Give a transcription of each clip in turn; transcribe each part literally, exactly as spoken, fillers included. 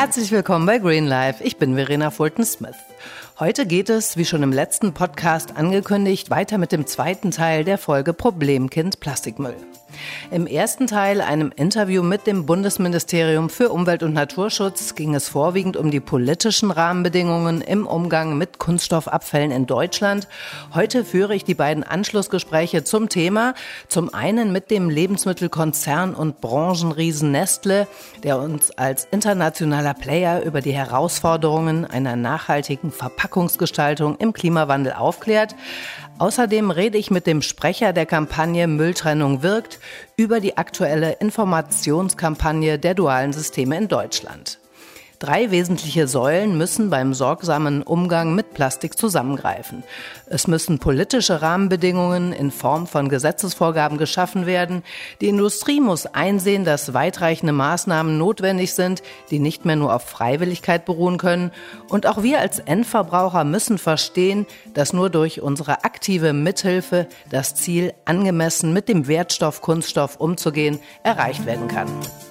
Herzlich willkommen bei Green Life. Ich bin Verena Fulton-Smith. Heute geht es, wie schon im letzten Podcast angekündigt, weiter mit dem zweiten Teil der Folge Problemkind Plastikmüll. Im ersten Teil, einem Interview mit dem Bundesministerium für Umwelt und Naturschutz, ging es vorwiegend um die politischen Rahmenbedingungen im Umgang mit Kunststoffabfällen in Deutschland. Heute führe ich die beiden Anschlussgespräche zum Thema. Zum einen mit dem Lebensmittelkonzern und Branchenriesen Nestle, der uns als internationaler Player über die Herausforderungen einer nachhaltigen Verpackungsgestaltung im Klimawandel aufklärt. Außerdem rede ich mit dem Sprecher der Kampagne Mülltrennung wirkt über die aktuelle Informationskampagne der dualen Systeme in Deutschland. Drei wesentliche Säulen müssen beim sorgsamen Umgang mit Plastik zusammengreifen. Es müssen politische Rahmenbedingungen in Form von Gesetzesvorgaben geschaffen werden. Die Industrie muss einsehen, dass weitreichende Maßnahmen notwendig sind, die nicht mehr nur auf Freiwilligkeit beruhen können. Und auch wir als Endverbraucher müssen verstehen, dass nur durch unsere aktive Mithilfe das Ziel, angemessen mit dem Wertstoff Kunststoff umzugehen, erreicht werden kann.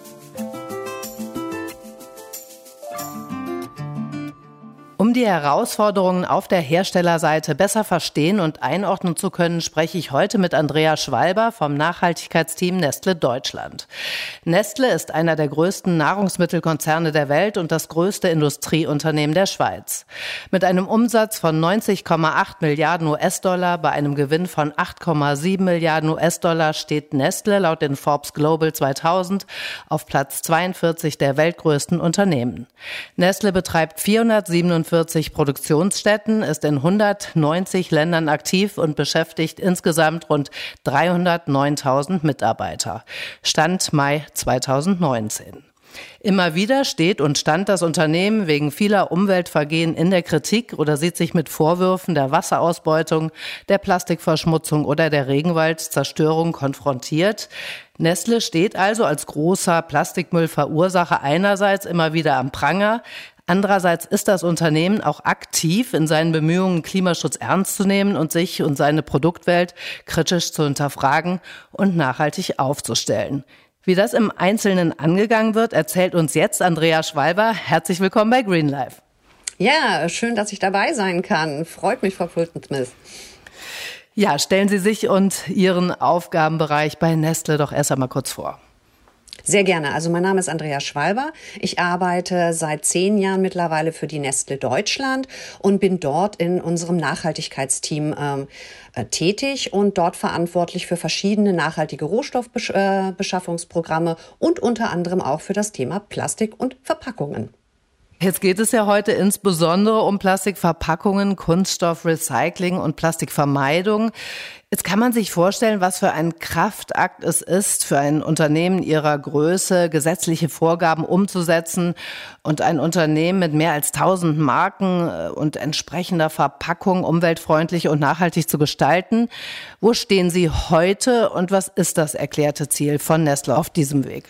Um die Herausforderungen auf der Herstellerseite besser verstehen und einordnen zu können, spreche ich heute mit Andrea Schwalber vom Nachhaltigkeitsteam Nestle Deutschland. Nestle ist einer der größten Nahrungsmittelkonzerne der Welt und das größte Industrieunternehmen der Schweiz. Mit einem Umsatz von neunzig Komma acht Milliarden U S-Dollar bei einem Gewinn von acht Komma sieben Milliarden U S-Dollar steht Nestle laut den Forbes Global zweitausend auf Platz zweiundvierzig der weltgrößten Unternehmen. Nestle betreibt vierhundertsiebenundvierzig Produktionsstätten, ist in hundertneunzig Ländern aktiv und beschäftigt insgesamt rund dreihundertneuntausend Mitarbeiter. Stand Mai zweitausendneunzehn. Immer wieder steht und stand das Unternehmen wegen vieler Umweltvergehen in der Kritik oder sieht sich mit Vorwürfen der Wasserausbeutung, der Plastikverschmutzung oder der Regenwaldzerstörung konfrontiert. Nestle steht also als großer Plastikmüllverursacher einerseits immer wieder am Pranger. Andererseits ist das Unternehmen auch aktiv in seinen Bemühungen, Klimaschutz ernst zu nehmen und sich und seine Produktwelt kritisch zu hinterfragen und nachhaltig aufzustellen. Wie das im Einzelnen angegangen wird, erzählt uns jetzt Andrea Schwalber. Herzlich willkommen bei Green Life. Ja, schön, dass ich dabei sein kann. Freut mich, Frau Fulton-Smith. Ja, stellen Sie sich und Ihren Aufgabenbereich bei Nestle doch erst einmal kurz vor. Sehr gerne. Also mein Name ist Andrea Schwalber. Ich arbeite seit zehn Jahren mittlerweile für die Nestle Deutschland und bin dort in unserem Nachhaltigkeitsteam ähm, äh, tätig und dort verantwortlich für verschiedene nachhaltige Rohstoffbeschaffungsprogramme und unter anderem auch für das Thema Plastik und Verpackungen. Jetzt geht es ja heute insbesondere um Plastikverpackungen, Kunststoffrecycling und Plastikvermeidung. Jetzt kann man sich vorstellen, was für ein Kraftakt es ist, für ein Unternehmen ihrer Größe gesetzliche Vorgaben umzusetzen und ein Unternehmen mit mehr als tausend Marken und entsprechender Verpackung umweltfreundlich und nachhaltig zu gestalten. Wo stehen Sie heute und was ist das erklärte Ziel von Nestle auf diesem Weg?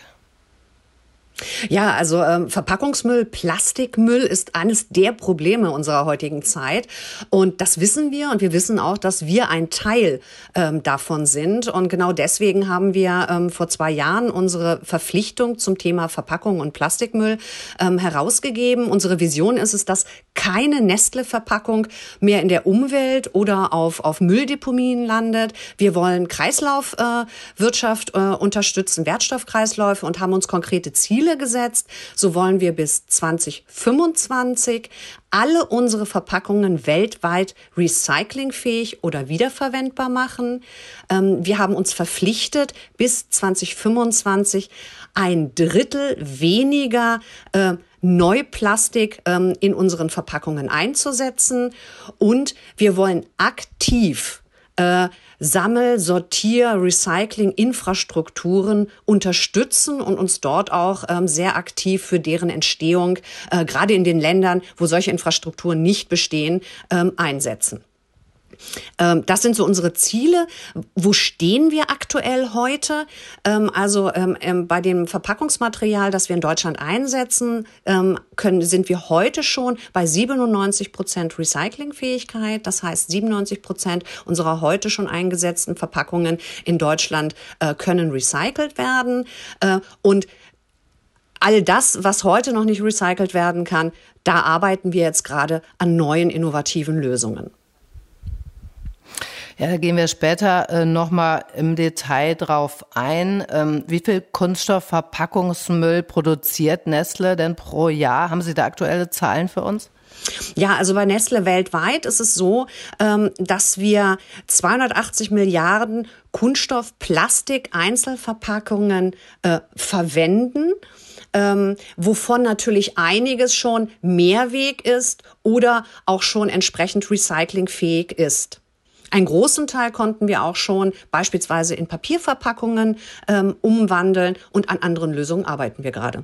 Ja, also ähm, Verpackungsmüll, Plastikmüll ist eines der Probleme unserer heutigen Zeit und das wissen wir und wir wissen auch, dass wir ein Teil ähm, davon sind und genau deswegen haben wir ähm, vor zwei Jahren unsere Verpflichtung zum Thema Verpackung und Plastikmüll ähm, herausgegeben. Unsere Vision ist es, dass keine Nestle-Verpackung mehr in der Umwelt oder auf, auf Mülldeponien landet. Wir wollen Kreislaufwirtschaft äh, äh, unterstützen, Wertstoffkreisläufe und haben uns konkrete Ziele gesetzt. So wollen wir bis zwanzig fünfundzwanzig alle unsere Verpackungen weltweit recyclingfähig oder wiederverwendbar machen. Ähm, wir haben uns verpflichtet, bis zwanzig fünfundzwanzig ein Drittel weniger äh, Neuplastik ähm, in unseren Verpackungen einzusetzen. Und wir wollen aktiv äh, Sammel-, Sortier-, Recycling-Infrastrukturen unterstützen und uns dort auch ähm, sehr aktiv für deren Entstehung, äh, gerade in den Ländern, wo solche Infrastrukturen nicht bestehen, ähm, einsetzen. Ähm, das sind so unsere Ziele. Wo stehen wir aktuell heute? Ähm, also ähm, ähm, bei dem Verpackungsmaterial, das wir in Deutschland einsetzen, ähm, können, sind wir heute schon bei siebenundneunzig Prozent Recyclingfähigkeit. Das heißt, siebenundneunzig Prozent unserer heute schon eingesetzten Verpackungen in Deutschland äh, können recycelt werden. Äh, und all das, was heute noch nicht recycelt werden kann, da arbeiten wir jetzt gerade an neuen innovativen Lösungen. Ja, da gehen wir später äh, nochmal im Detail drauf ein. Ähm, wie viel Kunststoffverpackungsmüll produziert Nestle denn pro Jahr? Haben Sie da aktuelle Zahlen für uns? Ja, also bei Nestle weltweit ist es so, ähm, dass wir zweihundertachtzig Milliarden Kunststoff-Plastik-Einzelverpackungen äh, verwenden. Ähm, wovon natürlich einiges schon Mehrweg ist oder auch schon entsprechend recyclingfähig ist. Einen großen Teil konnten wir auch schon beispielsweise in Papierverpackungen ähm, umwandeln und an anderen Lösungen arbeiten wir gerade.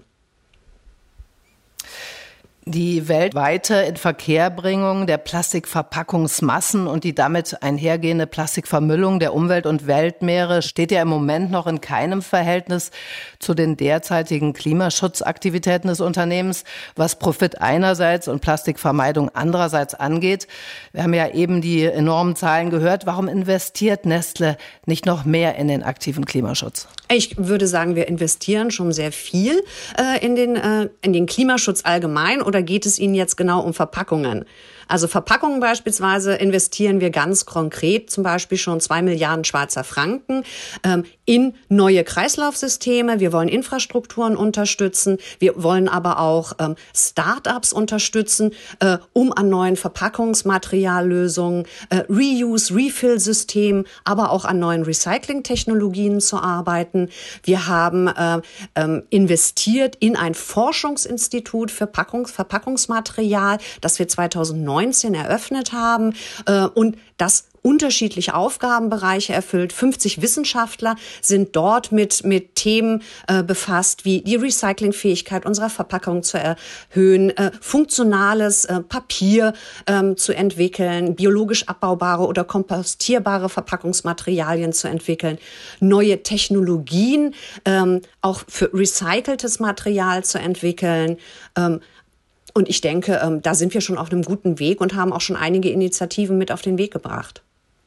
Die weltweite Inverkehrbringung der Plastikverpackungsmassen und die damit einhergehende Plastikvermüllung der Umwelt- und Weltmeere steht ja im Moment noch in keinem Verhältnis zu den derzeitigen Klimaschutzaktivitäten des Unternehmens, was Profit einerseits und Plastikvermeidung andererseits angeht. Wir haben ja eben die enormen Zahlen gehört. Warum investiert Nestle nicht noch mehr in den aktiven Klimaschutz? Ich würde sagen, wir investieren schon sehr viel äh, in den, äh, in den Klimaschutz allgemein. Oder geht es Ihnen jetzt genau um Verpackungen? Also Verpackungen beispielsweise investieren wir ganz konkret, zum Beispiel schon zwei Milliarden Schweizer Franken ähm, in neue Kreislaufsysteme. Wir wollen Infrastrukturen unterstützen. Wir wollen aber auch ähm, Start-ups unterstützen, äh, um an neuen Verpackungsmateriallösungen, äh, Reuse, Refill-Systemen, aber auch an neuen Recycling-Technologien zu arbeiten. Wir haben äh, ähm, investiert in ein Forschungsinstitut für Packungs- Verpackungsmaterial, das wir zweitausendneunzehn eröffnet haben äh, und das unterschiedliche Aufgabenbereiche erfüllt. fünfzig Wissenschaftler sind dort mit, mit Themen äh, befasst, wie die Recyclingfähigkeit unserer Verpackung zu erhöhen, äh, funktionales äh, Papier ähm, zu entwickeln, biologisch abbaubare oder kompostierbare Verpackungsmaterialien zu entwickeln, neue Technologien ähm, auch für recyceltes Material zu entwickeln. Ähm, Und ich denke, ähm, da sind wir schon auf einem guten Weg und haben auch schon einige Initiativen mit auf den Weg gebracht.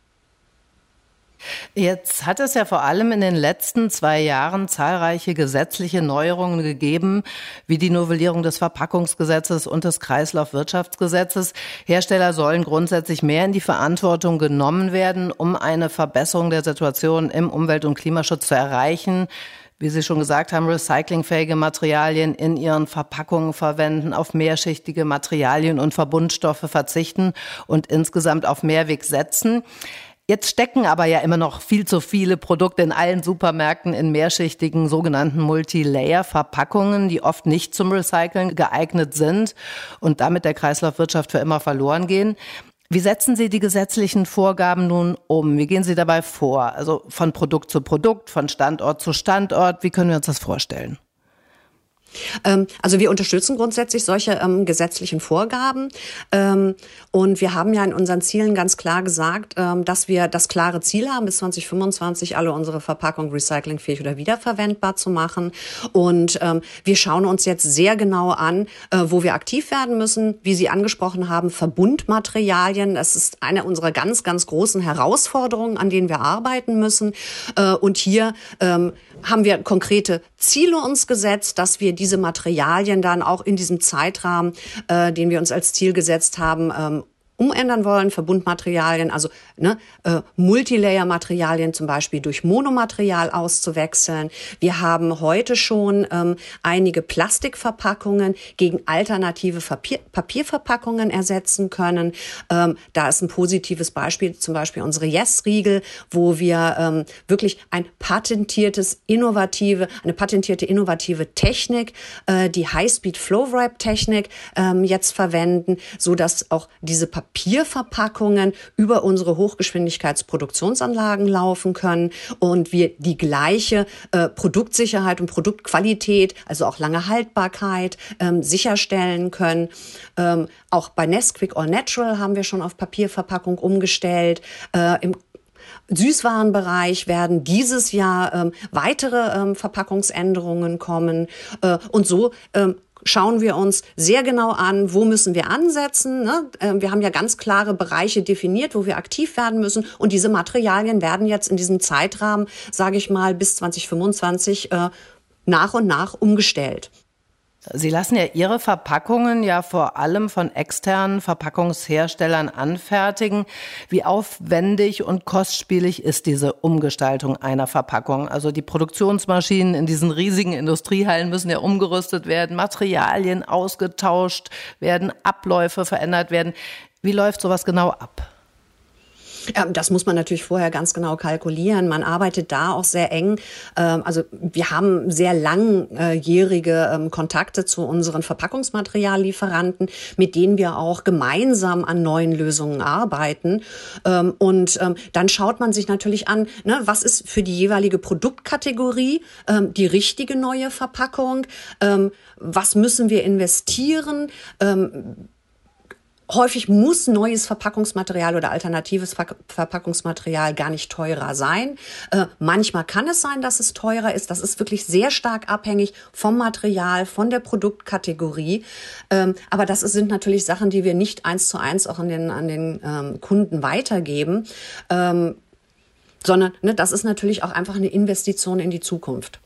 Jetzt hat es ja vor allem in den letzten zwei Jahren zahlreiche gesetzliche Neuerungen gegeben, wie die Novellierung des Verpackungsgesetzes und des Kreislaufwirtschaftsgesetzes. Hersteller sollen grundsätzlich mehr in die Verantwortung genommen werden, um eine Verbesserung der Situation im Umwelt- und Klimaschutz zu erreichen. Wie Sie schon gesagt haben, recyclingfähige Materialien in ihren Verpackungen verwenden, auf mehrschichtige Materialien und Verbundstoffe verzichten und insgesamt auf Mehrweg setzen. Jetzt stecken aber ja immer noch viel zu viele Produkte in allen Supermärkten in mehrschichtigen sogenannten Multilayer-Verpackungen, die oft nicht zum Recyceln geeignet sind und damit der Kreislaufwirtschaft für immer verloren gehen. Wie setzen Sie die gesetzlichen Vorgaben nun um? Wie gehen Sie dabei vor? Also von Produkt zu Produkt, von Standort zu Standort. Wie können wir uns das vorstellen? Also wir unterstützen grundsätzlich solche ähm, gesetzlichen Vorgaben ähm, und wir haben ja in unseren Zielen ganz klar gesagt, ähm, dass wir das klare Ziel haben, bis zwanzig fünfundzwanzig alle unsere Verpackungen recyclingfähig oder wiederverwendbar zu machen und ähm, wir schauen uns jetzt sehr genau an, äh, wo wir aktiv werden müssen, wie Sie angesprochen haben, Verbundmaterialien, das ist eine unserer ganz, ganz großen Herausforderungen, an denen wir arbeiten müssen äh, und hier ähm, haben wir konkrete Ziele uns gesetzt, dass wir diese Materialien dann auch in diesem Zeitrahmen, äh, den wir uns als Ziel gesetzt haben, ähm, umändern wollen, Verbundmaterialien, also ne, äh, Multilayer-Materialien zum Beispiel durch Monomaterial auszuwechseln. Wir haben heute schon ähm, einige Plastikverpackungen gegen alternative Papier Papierverpackungen ersetzen können. Ähm, da ist ein positives Beispiel zum Beispiel unsere Yes-Riegel, wo wir ähm, wirklich ein patentiertes, innovative, eine patentierte innovative Technik, äh, die High-Speed-Flow-Wrap-Technik ähm, jetzt verwenden, so dass auch diese Papier Papierverpackungen über unsere Hochgeschwindigkeitsproduktionsanlagen laufen können und wir die gleiche äh, Produktsicherheit und Produktqualität, also auch lange Haltbarkeit, ähm, sicherstellen können. Ähm, auch bei Nesquik All Natural haben wir schon auf Papierverpackung umgestellt. Äh, im Süßwarenbereich werden dieses Jahr ähm, weitere ähm, Verpackungsänderungen kommen äh, und so ähm, schauen wir uns sehr genau an, wo müssen wir ansetzen. Ne? Wir haben ja ganz klare Bereiche definiert, wo wir aktiv werden müssen. Und diese Materialien werden jetzt in diesem Zeitrahmen, sage ich mal, bis zwanzig fünfundzwanzig äh, nach und nach umgestellt. Sie lassen ja Ihre Verpackungen ja vor allem von externen Verpackungsherstellern anfertigen. Wie aufwendig und kostspielig ist diese Umgestaltung einer Verpackung? Also die Produktionsmaschinen in diesen riesigen Industriehallen müssen ja umgerüstet werden, Materialien ausgetauscht werden, Abläufe verändert werden. Wie läuft sowas genau ab? Das muss man natürlich vorher ganz genau kalkulieren. Man arbeitet da auch sehr eng. Also wir haben sehr langjährige Kontakte zu unseren Verpackungsmateriallieferanten, mit denen wir auch gemeinsam an neuen Lösungen arbeiten. Und dann schaut man sich natürlich an, was ist für die jeweilige Produktkategorie die richtige neue Verpackung? Was müssen wir investieren? Häufig muss neues Verpackungsmaterial oder alternatives Ver- Verpackungsmaterial gar nicht teurer sein. Äh, manchmal kann es sein, dass es teurer ist. Das ist wirklich sehr stark abhängig vom Material, von der Produktkategorie. Ähm, aber das sind natürlich Sachen, die wir nicht eins zu eins auch an den, an den ähm, Kunden weitergeben, ähm, sondern ne, das ist natürlich auch einfach eine Investition in die Zukunft.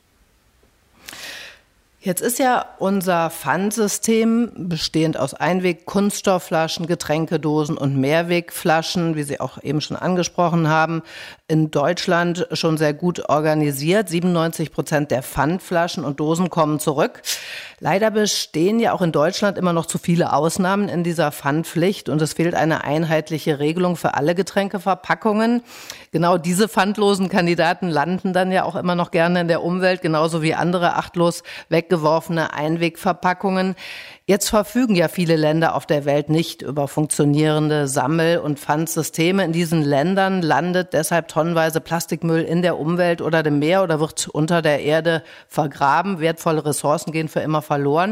Jetzt ist ja unser Pfandsystem bestehend aus Einweg-Kunststoffflaschen, Getränkedosen und Mehrwegflaschen, wie Sie auch eben schon angesprochen haben, in Deutschland schon sehr gut organisiert. siebenundneunzig Prozent der Pfandflaschen und Dosen kommen zurück. Leider bestehen ja auch in Deutschland immer noch zu viele Ausnahmen in dieser Pfandpflicht und es fehlt eine einheitliche Regelung für alle Getränkeverpackungen. Genau diese pfandlosen Kandidaten landen dann ja auch immer noch gerne in der Umwelt, genauso wie andere achtlos weggeworfene Einwegverpackungen. Jetzt verfügen ja viele Länder auf der Welt nicht über funktionierende Sammel- und Pfandsysteme. In diesen Ländern landet deshalb tonnenweise Plastikmüll in der Umwelt oder dem Meer oder wird unter der Erde vergraben. Wertvolle Ressourcen gehen für immer verloren.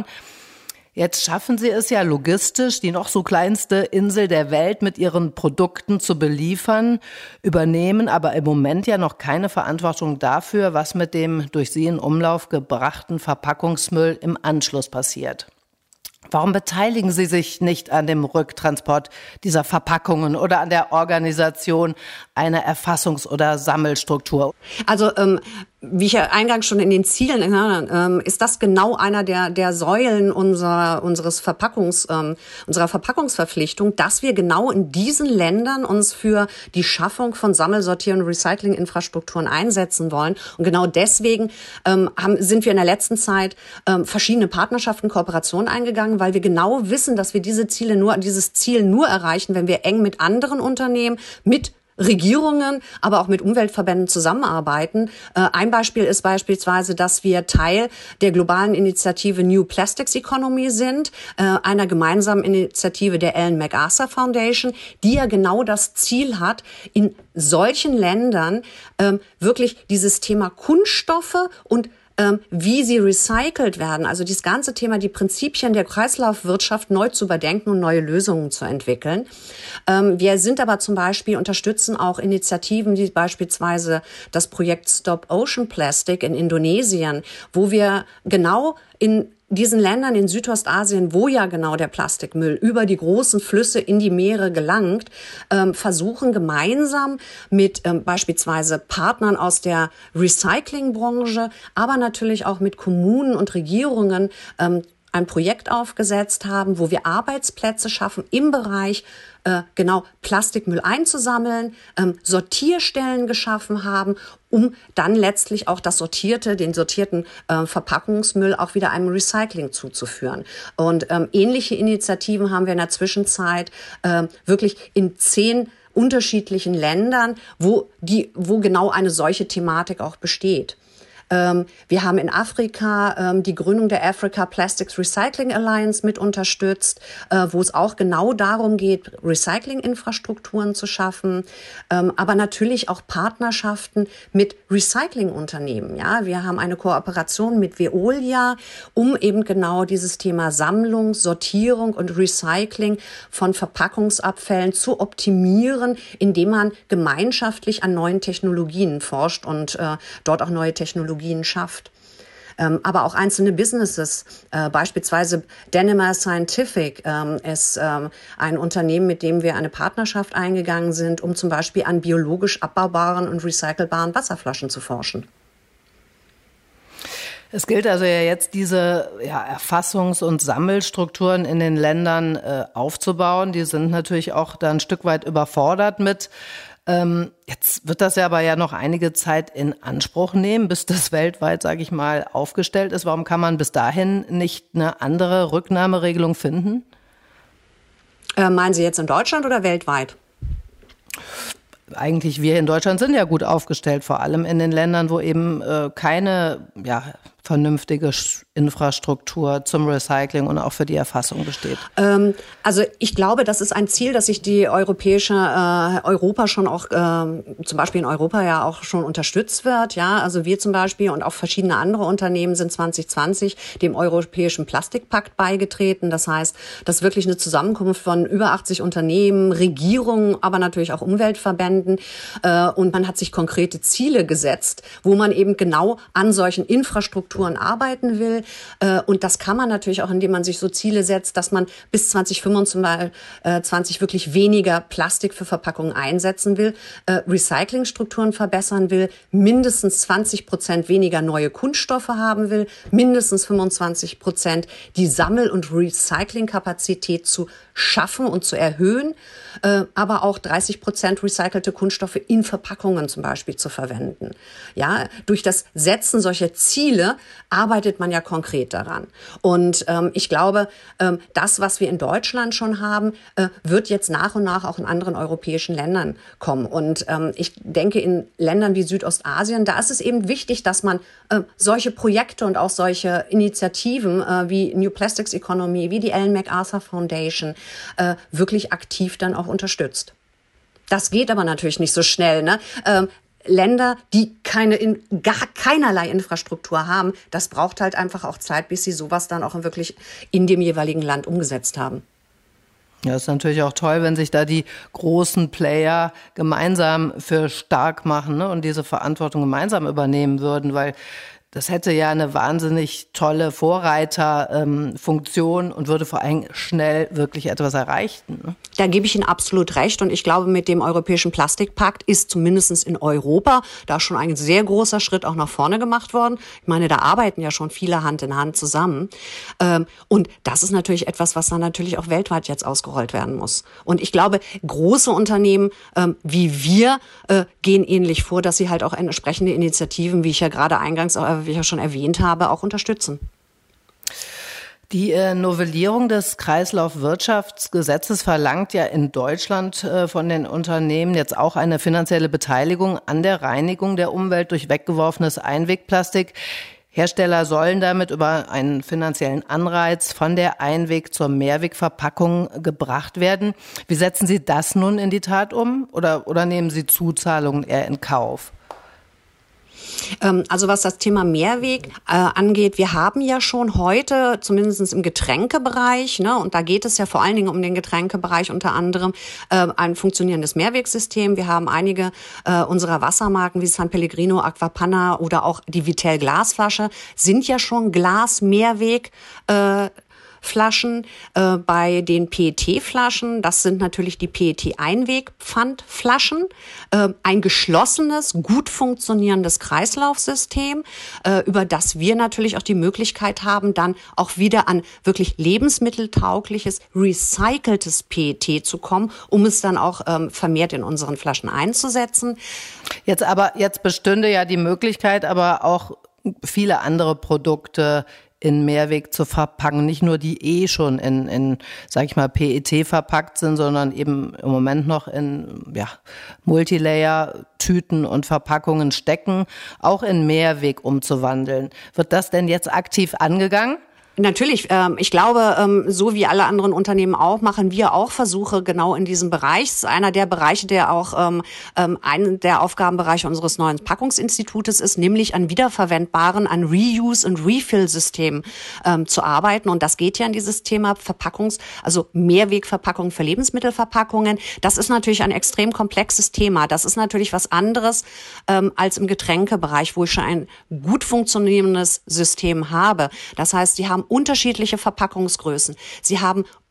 Jetzt schaffen Sie es ja logistisch, die noch so kleinste Insel der Welt mit ihren Produkten zu beliefern, übernehmen aber im Moment ja noch keine Verantwortung dafür, was mit dem durch Sie in Umlauf gebrachten Verpackungsmüll im Anschluss passiert. Warum beteiligen Sie sich nicht an dem Rücktransport dieser Verpackungen oder an der Organisation einer Erfassungs- oder Sammelstruktur? Also ähm, wie ich ja eingangs schon in den Zielen ähm, ist das genau einer der der Säulen unserer unseres Verpackungs ähm, unserer Verpackungsverpflichtung, dass wir genau in diesen Ländern uns für die Schaffung von Sammel-, Sortier- und Recyclinginfrastrukturen einsetzen wollen. Und genau deswegen ähm, haben, sind wir in der letzten Zeit ähm, verschiedene Partnerschaften, Kooperationen eingegangen, weil wir genau wissen, dass wir diese Ziele nur dieses Ziel nur erreichen, wenn wir eng mit anderen Unternehmen, mit Regierungen, aber auch mit Umweltverbänden zusammenarbeiten. Äh, ein Beispiel ist beispielsweise, dass wir Teil der globalen Initiative New Plastics Economy sind, äh, einer gemeinsamen Initiative der Ellen MacArthur Foundation, die ja genau das Ziel hat, in solchen Ländern ähm, wirklich dieses Thema Kunststoffe und Ähm, wie sie recycelt werden, also dieses ganze Thema, die Prinzipien der Kreislaufwirtschaft neu zu überdenken und neue Lösungen zu entwickeln. Ähm, wir sind aber zum Beispiel, unterstützen auch Initiativen, wie beispielsweise das Projekt Stop Ocean Plastic in Indonesien, wo wir genau in diesen Ländern in Südostasien, wo ja genau der Plastikmüll über die großen Flüsse in die Meere gelangt, ähm, versuchen gemeinsam mit ähm, beispielsweise Partnern aus der Recyclingbranche, aber natürlich auch mit Kommunen und Regierungen ähm, ein Projekt aufgesetzt haben, wo wir Arbeitsplätze schaffen im Bereich äh, genau Plastikmüll einzusammeln, ähm, Sortierstellen geschaffen haben, um dann letztlich auch das sortierte, den sortierten äh, Verpackungsmüll auch wieder einem Recycling zuzuführen. Und ähm, ähnliche Initiativen haben wir in der Zwischenzeit äh, wirklich in zehn unterschiedlichen Ländern, wo die, wo genau eine solche Thematik auch besteht. Ähm, wir haben in Afrika ähm, die Gründung der Africa Plastics Recycling Alliance mit unterstützt, äh, wo es auch genau darum geht, Recyclinginfrastrukturen zu schaffen, ähm, aber natürlich auch Partnerschaften mit Recyclingunternehmen. Ja, wir haben eine Kooperation mit Veolia, um eben genau dieses Thema Sammlung, Sortierung und Recycling von Verpackungsabfällen zu optimieren, indem man gemeinschaftlich an neuen Technologien forscht und äh, dort auch neue Technologien schafft. Ähm, aber auch einzelne Businesses, äh, beispielsweise Danimer Scientific ähm, ist ähm, ein Unternehmen, mit dem wir eine Partnerschaft eingegangen sind, um zum Beispiel an biologisch abbaubaren und recycelbaren Wasserflaschen zu forschen. Es gilt also ja jetzt, diese ja, Erfassungs- und Sammelstrukturen in den Ländern äh, aufzubauen. Die sind natürlich auch da ein Stück weit überfordert mit. Ähm, jetzt wird das ja aber ja noch einige Zeit in Anspruch nehmen, bis das weltweit, sage ich mal, aufgestellt ist. Warum kann man bis dahin nicht eine andere Rücknahmeregelung finden? Äh, meinen Sie jetzt in Deutschland oder weltweit? Eigentlich wir in Deutschland sind ja gut aufgestellt, vor allem in den Ländern, wo eben äh, keine ja, vernünftige Infrastruktur zum Recycling und auch für die Erfassung besteht. Ähm, also ich glaube, das ist ein Ziel, das sich die europäische äh, Europa schon auch, äh, zum Beispiel in Europa ja auch schon unterstützt wird. Ja, also wir zum Beispiel und auch verschiedene andere Unternehmen sind zwanzig zwanzig dem Europäischen Plastikpakt beigetreten. Das heißt, das ist wirklich eine Zusammenkunft von über achtzig Unternehmen, Regierungen, aber natürlich auch Umweltverbänden. Äh, und man hat sich konkrete Ziele gesetzt, wo man eben genau an solchen Infrastrukturen arbeiten will. Und das kann man natürlich auch, indem man sich so Ziele setzt, dass man bis zwanzig fünfundzwanzig wirklich weniger Plastik für Verpackungen einsetzen will, Recyclingstrukturen verbessern will, mindestens zwanzig Prozent weniger neue Kunststoffe haben will, mindestens fünfundzwanzig Prozent die Sammel- und Recyclingkapazität zu schaffen und zu erhöhen, aber auch dreißig Prozent recycelte Kunststoffe in Verpackungen zum Beispiel zu verwenden. Ja, durch das Setzen solcher Ziele arbeitet man ja konkret daran. Und ähm, ich glaube, ähm, das, was wir in Deutschland schon haben, äh, wird jetzt nach und nach auch in anderen europäischen Ländern kommen. Und ähm, ich denke, in Ländern wie Südostasien, da ist es eben wichtig, dass man äh, solche Projekte und auch solche Initiativen äh, wie New Plastics Economy, wie die Ellen MacArthur Foundation, äh, wirklich aktiv dann auch unterstützt. Das geht aber natürlich nicht so schnell, ne? Ähm, Länder, die keine in, gar keinerlei Infrastruktur haben, das braucht halt einfach auch Zeit, bis sie sowas dann auch wirklich in dem jeweiligen Land umgesetzt haben. Ja, ist natürlich auch toll, wenn sich da die großen Player gemeinsam für stark machen, ne, und diese Verantwortung gemeinsam übernehmen würden, weil das hätte ja eine wahnsinnig tolle Vorreiterfunktion ähm, und würde vor allem schnell wirklich etwas erreichen. Ne? Da gebe ich Ihnen absolut recht. Und ich glaube, mit dem Europäischen Plastikpakt ist zumindest in Europa da schon ein sehr großer Schritt auch nach vorne gemacht worden. Ich meine, da arbeiten ja schon viele Hand in Hand zusammen. Ähm, und das ist natürlich etwas, was dann natürlich auch weltweit jetzt ausgerollt werden muss. Und ich glaube, große Unternehmen ähm, wie wir äh, gehen ähnlich vor, dass sie halt auch entsprechende Initiativen, wie ich ja gerade eingangs äh, wie ich ja schon erwähnt habe, auch unterstützen. Die äh, Novellierung des Kreislaufwirtschaftsgesetzes verlangt ja in Deutschland äh, von den Unternehmen jetzt auch eine finanzielle Beteiligung an der Reinigung der Umwelt durch weggeworfenes Einwegplastik. Hersteller sollen damit über einen finanziellen Anreiz von der Einweg- zur Mehrwegverpackung gebracht werden. Wie setzen Sie das nun in die Tat um? Oder, oder nehmen Sie Zuzahlungen eher in Kauf? Also was das Thema Mehrweg äh, angeht, wir haben ja schon heute, zumindest im Getränkebereich, ne, und da geht es ja vor allen Dingen um den Getränkebereich unter anderem, äh, ein funktionierendes Mehrwegsystem. Wir haben einige äh, unserer Wassermarken wie San Pellegrino, Aquapanna oder auch die Vittel Glasflasche sind ja schon Glas-Mehrweg äh, Flaschen. Äh, bei den P E T-Flaschen, das sind natürlich die P E T-Einwegpfandflaschen, äh, ein geschlossenes, gut funktionierendes Kreislaufsystem, äh, über das wir natürlich auch die Möglichkeit haben, dann auch wieder an wirklich lebensmitteltaugliches, recyceltes P E T zu kommen, um es dann auch ähm, vermehrt in unseren Flaschen einzusetzen. Jetzt aber, jetzt bestünde ja die Möglichkeit, aber auch viele andere Produkte in Mehrweg zu verpacken, nicht nur die eh schon in, in sag ich mal, P E T verpackt sind, sondern eben im Moment noch in ja, Multilayer-Tüten und Verpackungen stecken, auch in Mehrweg umzuwandeln. Wird das denn jetzt aktiv angegangen? Natürlich, ähm, ich glaube, ähm, so wie alle anderen Unternehmen auch, machen wir auch Versuche genau in diesem Bereich. Das ist einer der Bereiche, der auch ähm, ein der Aufgabenbereiche unseres neuen Packungsinstitutes ist, nämlich an wiederverwendbaren, an Reuse- und Refill-Systemen ähm, zu arbeiten. Und das geht ja in dieses Thema Verpackungs-, also Mehrwegverpackungen für Lebensmittelverpackungen. Das ist natürlich ein extrem komplexes Thema. Das ist natürlich was anderes ähm, als im Getränkebereich, wo ich schon ein gut funktionierendes System habe. Das heißt, die haben unterschiedliche Verpackungsgrößen. Sie haben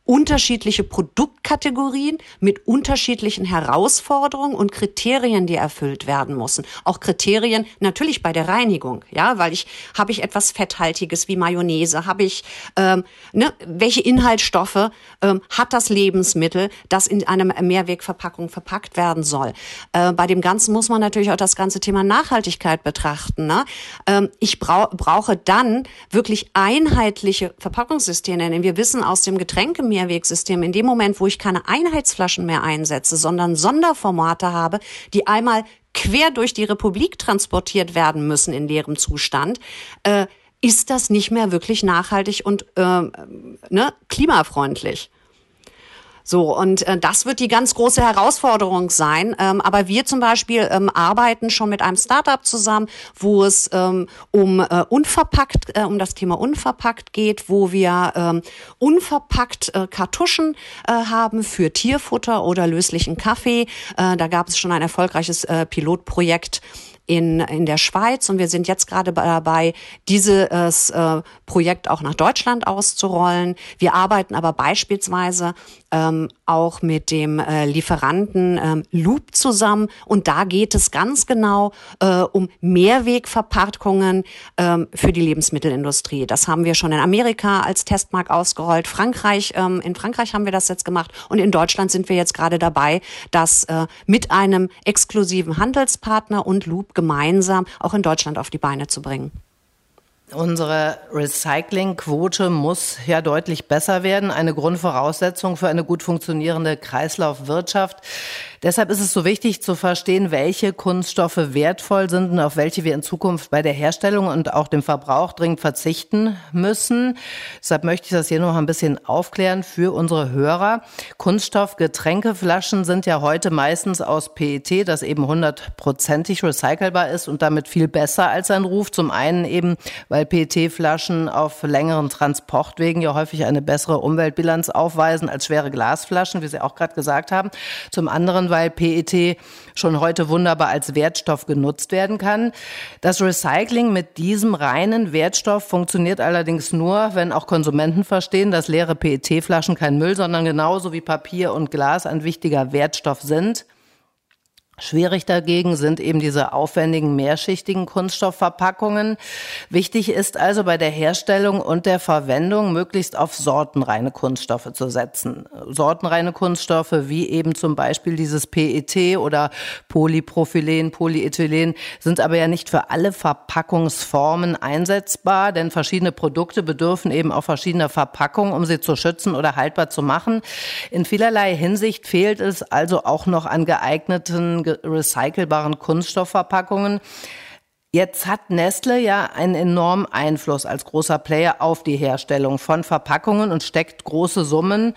unterschiedliche Produktkategorien mit unterschiedlichen Herausforderungen und Kriterien, die erfüllt werden müssen. Auch Kriterien natürlich bei der Reinigung, ja, weil ich habe ich etwas Fetthaltiges wie Mayonnaise, habe ich ähm, ne, welche Inhaltsstoffe ähm, hat das Lebensmittel, das in einer Mehrwegverpackung verpackt werden soll. Äh, bei dem Ganzen muss man natürlich auch das ganze Thema Nachhaltigkeit betrachten. Ne? Ähm, ich brau- brauche dann wirklich einheitliche Verpackungssysteme, denn wir wissen aus dem Getränkemehrwegsystem, in dem Moment, wo ich keine Einheitsflaschen mehr einsetze, sondern Sonderformate habe, die einmal quer durch die Republik transportiert werden müssen in leerem Zustand, äh, ist das nicht mehr wirklich nachhaltig und äh, ne, klimafreundlich. So, und äh, das wird die ganz große Herausforderung sein. Ähm, aber wir zum Beispiel ähm, arbeiten schon mit einem Startup zusammen, wo es ähm, um äh, unverpackt, äh, um das Thema unverpackt geht, wo wir ähm, unverpackt äh, Kartuschen äh, haben für Tierfutter oder löslichen Kaffee. Äh, da gab es schon ein erfolgreiches äh, Pilotprojekt in in der Schweiz und wir sind jetzt gerade dabei, dieses äh, Projekt auch nach Deutschland auszurollen. Wir arbeiten aber beispielsweise ähm, auch mit dem äh, Lieferanten ähm, Loop zusammen und da geht es ganz genau äh, um Mehrwegverpackungen ähm, für die Lebensmittelindustrie. Das haben wir schon in Amerika als Testmarkt ausgerollt. Frankreich, ähm, in Frankreich haben wir das jetzt gemacht und in Deutschland sind wir jetzt gerade dabei, das äh, mit einem exklusiven Handelspartner und Loop gemeinsam auch in Deutschland auf die Beine zu bringen. Unsere Recyclingquote muss ja deutlich besser werden, eine Grundvoraussetzung für eine gut funktionierende Kreislaufwirtschaft. Deshalb ist es so wichtig zu verstehen, welche Kunststoffe wertvoll sind und auf welche wir in Zukunft bei der Herstellung und auch dem Verbrauch dringend verzichten müssen. Deshalb möchte ich das hier noch ein bisschen aufklären für unsere Hörer. Kunststoffgetränkeflaschen sind ja heute meistens aus P E T, das eben hundertprozentig recycelbar ist und damit viel besser als sein Ruf. Zum einen eben, weil P E T-Flaschen auf längeren Transportwegen ja häufig eine bessere Umweltbilanz aufweisen als schwere Glasflaschen, wie Sie auch gerade gesagt haben. Zum anderen, weil P E T schon heute wunderbar als Wertstoff genutzt werden kann. Das Recycling mit diesem reinen Wertstoff funktioniert allerdings nur, wenn auch Konsumenten verstehen, dass leere P E T-Flaschen kein Müll, sondern genauso wie Papier und Glas ein wichtiger Wertstoff sind. Schwierig dagegen sind eben diese aufwendigen, mehrschichtigen Kunststoffverpackungen. Wichtig ist also bei der Herstellung und der Verwendung möglichst auf sortenreine Kunststoffe zu setzen. Sortenreine Kunststoffe wie eben zum Beispiel dieses P E T oder Polypropylen, Polyethylen sind aber ja nicht für alle Verpackungsformen einsetzbar, denn verschiedene Produkte bedürfen eben auch verschiedener Verpackungen, um sie zu schützen oder haltbar zu machen. In vielerlei Hinsicht fehlt es also auch noch an geeigneten recycelbaren Kunststoffverpackungen. Jetzt hat Nestle ja einen enormen Einfluss als großer Player auf die Herstellung von Verpackungen und steckt große Summen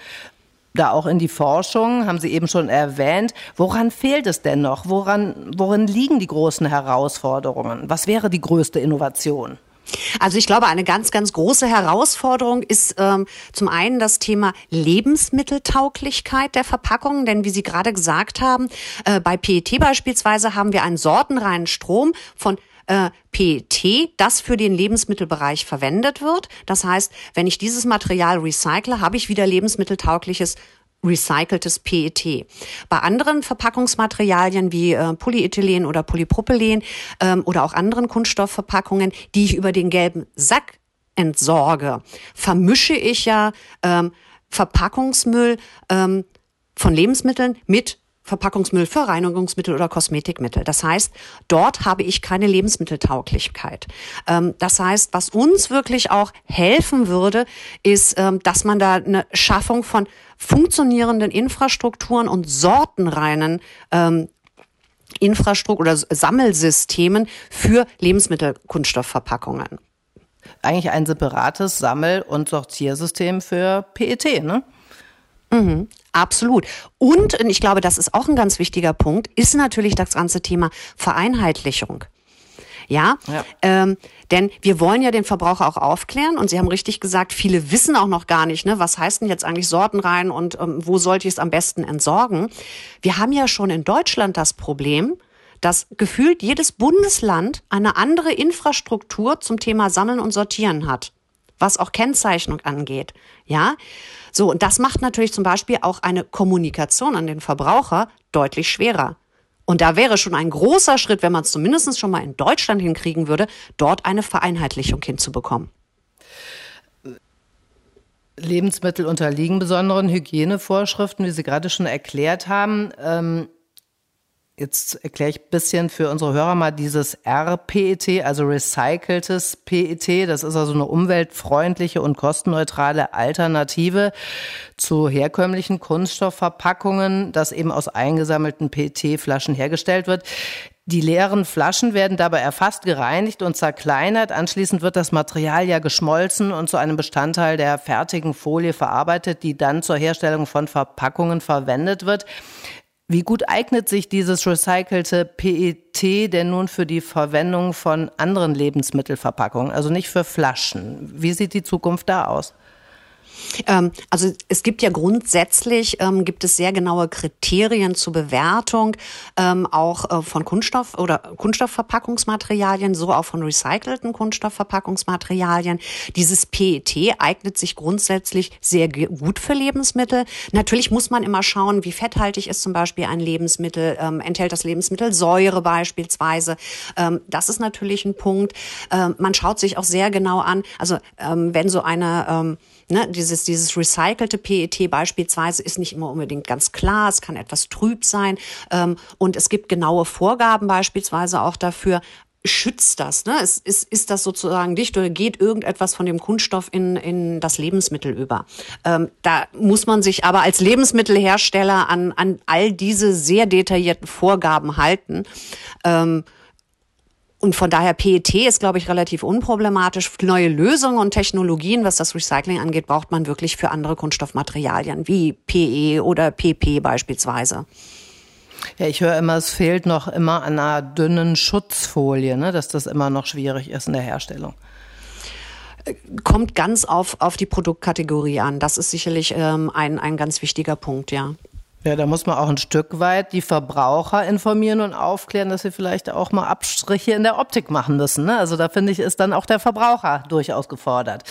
da auch in die Forschung, haben Sie eben schon erwähnt. Woran fehlt es denn noch? Woran, worin liegen die großen Herausforderungen? Was wäre die größte Innovation? Also ich glaube, eine ganz, ganz große Herausforderung ist ähm, zum einen das Thema Lebensmitteltauglichkeit der Verpackungen, denn wie Sie gerade gesagt haben, äh, bei P E T beispielsweise haben wir einen sortenreinen Strom von äh, P E T, das für den Lebensmittelbereich verwendet wird. Das heißt, wenn ich dieses Material recycle, habe ich wieder lebensmitteltaugliches recyceltes P E T. Bei anderen Verpackungsmaterialien wie äh, Polyethylen oder Polypropylen ähm, oder auch anderen Kunststoffverpackungen, die ich über den gelben Sack entsorge, vermische ich ja ähm, Verpackungsmüll ähm, von Lebensmitteln mit Verpackungsmüll für Reinigungsmittel oder Kosmetikmittel. Das heißt, dort habe ich keine Lebensmitteltauglichkeit. Ähm, das heißt, was uns wirklich auch helfen würde, ist, ähm, dass man da eine Schaffung von funktionierenden Infrastrukturen und sortenreinen ähm, Infrastruktur oder Sammelsystemen für Lebensmittelkunststoffverpackungen. Eigentlich ein separates Sammel- und Sortiersystem für P E T, ne? Mhm, absolut. Und, und ich glaube, das ist auch ein ganz wichtiger Punkt, ist natürlich das ganze Thema Vereinheitlichung. Ja, ja. Ähm, denn wir wollen ja den Verbraucher auch aufklären und Sie haben richtig gesagt, viele wissen auch noch gar nicht, ne, was heißt denn jetzt eigentlich sortenrein und ähm, wo sollte ich es am besten entsorgen. Wir haben ja schon in Deutschland das Problem, dass gefühlt jedes Bundesland eine andere Infrastruktur zum Thema Sammeln und Sortieren hat. was auch Kennzeichnung angeht. Ja, so, und das macht natürlich zum Beispiel auch eine Kommunikation an den Verbraucher deutlich schwerer. Und da wäre schon ein großer Schritt, wenn man es zumindest schon mal in Deutschland hinkriegen würde, dort eine Vereinheitlichung hinzubekommen. Lebensmittel unterliegen besonderen Hygienevorschriften, wie Sie gerade schon erklärt haben. Ähm Jetzt erkläre ich ein bisschen für unsere Hörer mal dieses R P E T, also recyceltes P E T. Das ist also eine umweltfreundliche und kostenneutrale Alternative zu herkömmlichen Kunststoffverpackungen, das eben aus eingesammelten P E T-Flaschen hergestellt wird. Die leeren Flaschen werden dabei erfasst, gereinigt und zerkleinert. Anschließend wird das Material ja geschmolzen und zu einem Bestandteil der fertigen Folie verarbeitet, die dann zur Herstellung von Verpackungen verwendet wird. Wie gut eignet sich dieses recycelte P E T denn nun für die Verwendung von anderen Lebensmittelverpackungen, also nicht für Flaschen? Wie sieht die Zukunft da aus? Ähm, also es gibt ja grundsätzlich, ähm, gibt es sehr genaue Kriterien zur Bewertung, ähm, auch äh, von Kunststoff- oder Kunststoffverpackungsmaterialien, so auch von recycelten Kunststoffverpackungsmaterialien. Dieses P E T eignet sich grundsätzlich sehr ge- gut für Lebensmittel. Natürlich muss man immer schauen, wie fetthaltig ist zum Beispiel ein Lebensmittel, ähm, enthält das Lebensmittel Säure beispielsweise. Ähm, das ist natürlich ein Punkt. Ähm, man schaut sich auch sehr genau an, also ähm, wenn so eine, ähm, ne, dieses Dieses recycelte P E T beispielsweise ist nicht immer unbedingt ganz klar, es kann etwas trüb sein, ähm, und es gibt genaue Vorgaben beispielsweise auch dafür, schützt das, ne? Ist, ist, ist das sozusagen dicht oder geht irgendetwas von dem Kunststoff in, in das Lebensmittel über? Ähm, da muss man sich aber als Lebensmittelhersteller an, an all diese sehr detaillierten Vorgaben halten. Ähm, Und von daher P E T ist, glaube ich, relativ unproblematisch. Neue Lösungen und Technologien, was das Recycling angeht, braucht man wirklich für andere Kunststoffmaterialien, wie P E oder P P beispielsweise. Ja, ich höre immer, es fehlt noch immer an einer dünnen Schutzfolie, ne, dass das immer noch schwierig ist in der Herstellung. Kommt ganz auf, auf die Produktkategorie an. Das ist sicherlich ähm, ein, ein ganz wichtiger Punkt, ja. Ja, da muss man auch ein Stück weit die Verbraucher informieren und aufklären, dass sie vielleicht auch mal Abstriche in der Optik machen müssen, ne? Also da finde ich, ist dann auch der Verbraucher durchaus gefordert.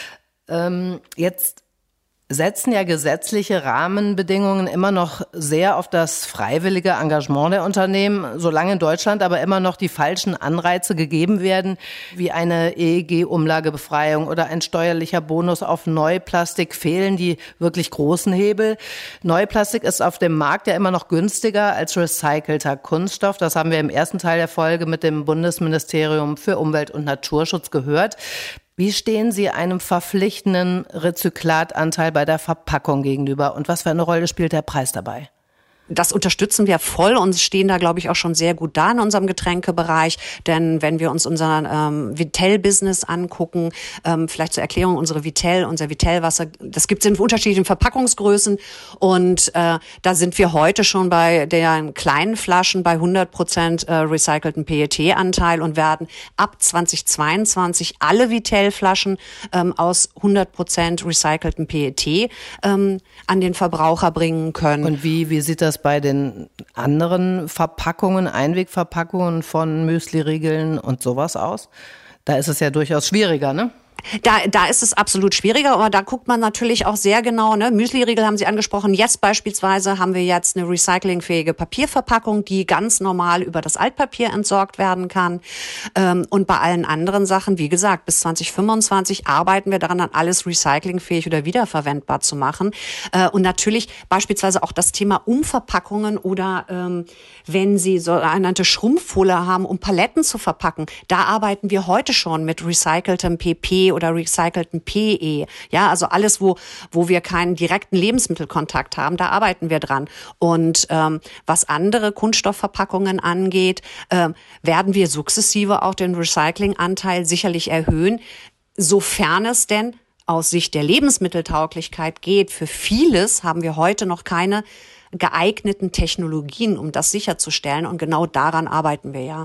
Ähm, jetzt setzen ja gesetzliche Rahmenbedingungen immer noch sehr auf das freiwillige Engagement der Unternehmen, solange in Deutschland aber immer noch die falschen Anreize gegeben werden, wie eine E E G-Umlagebefreiung oder ein steuerlicher Bonus auf Neuplastik, fehlen die wirklich großen Hebel. Neuplastik ist auf dem Markt ja immer noch günstiger als recycelter Kunststoff. Das haben wir im ersten Teil der Folge mit dem Bundesministerium für Umwelt und Naturschutz gehört. Wie stehen Sie einem verpflichtenden Rezyklatanteil bei der Verpackung gegenüber und was für eine Rolle spielt der Preis dabei? Das unterstützen wir voll und stehen da, glaube ich, auch schon sehr gut da in unserem Getränkebereich. Denn wenn wir uns unser ähm, Vitell-Business angucken, ähm, vielleicht zur Erklärung, unsere Vitell, unser Vitell-Wasser, das gibt es in unterschiedlichen Verpackungsgrößen. Und äh, da sind wir heute schon bei den kleinen Flaschen bei hundert Prozent äh, recycelten P E T-Anteil und werden ab zweitausendzweiundzwanzig alle Vitell-Flaschen ähm, aus hundert Prozent recycelten P E T ähm, an den Verbraucher bringen können. Und wie, wie sieht das bei den anderen Verpackungen, Einwegverpackungen von Müsli-Riegeln und sowas aus? Da ist es ja durchaus schwieriger, ne? Da, da ist es absolut schwieriger, aber da guckt man natürlich auch sehr genau, ne? Müsli-Riegel haben Sie angesprochen. Jetzt beispielsweise haben wir jetzt eine recyclingfähige Papierverpackung, die ganz normal über das Altpapier entsorgt werden kann. Ähm, und bei allen anderen Sachen, wie gesagt, bis zwanzig fünfundzwanzig arbeiten wir daran, alles recyclingfähig oder wiederverwendbar zu machen. Äh, und natürlich beispielsweise auch das Thema Umverpackungen oder ähm, wenn Sie so eine Schrumpffolie haben, um Paletten zu verpacken, da arbeiten wir heute schon mit recyceltem P P oder recycelten P E. Ja, also alles, wo wo wir keinen direkten Lebensmittelkontakt haben, da arbeiten wir dran. Und ähm, was andere Kunststoffverpackungen angeht, äh, werden wir sukzessive auch den Recyclinganteil sicherlich erhöhen, sofern es denn aus Sicht der Lebensmitteltauglichkeit geht. Für vieles haben wir heute noch keine geeigneten Technologien, um das sicherzustellen. Und genau daran arbeiten wir ja.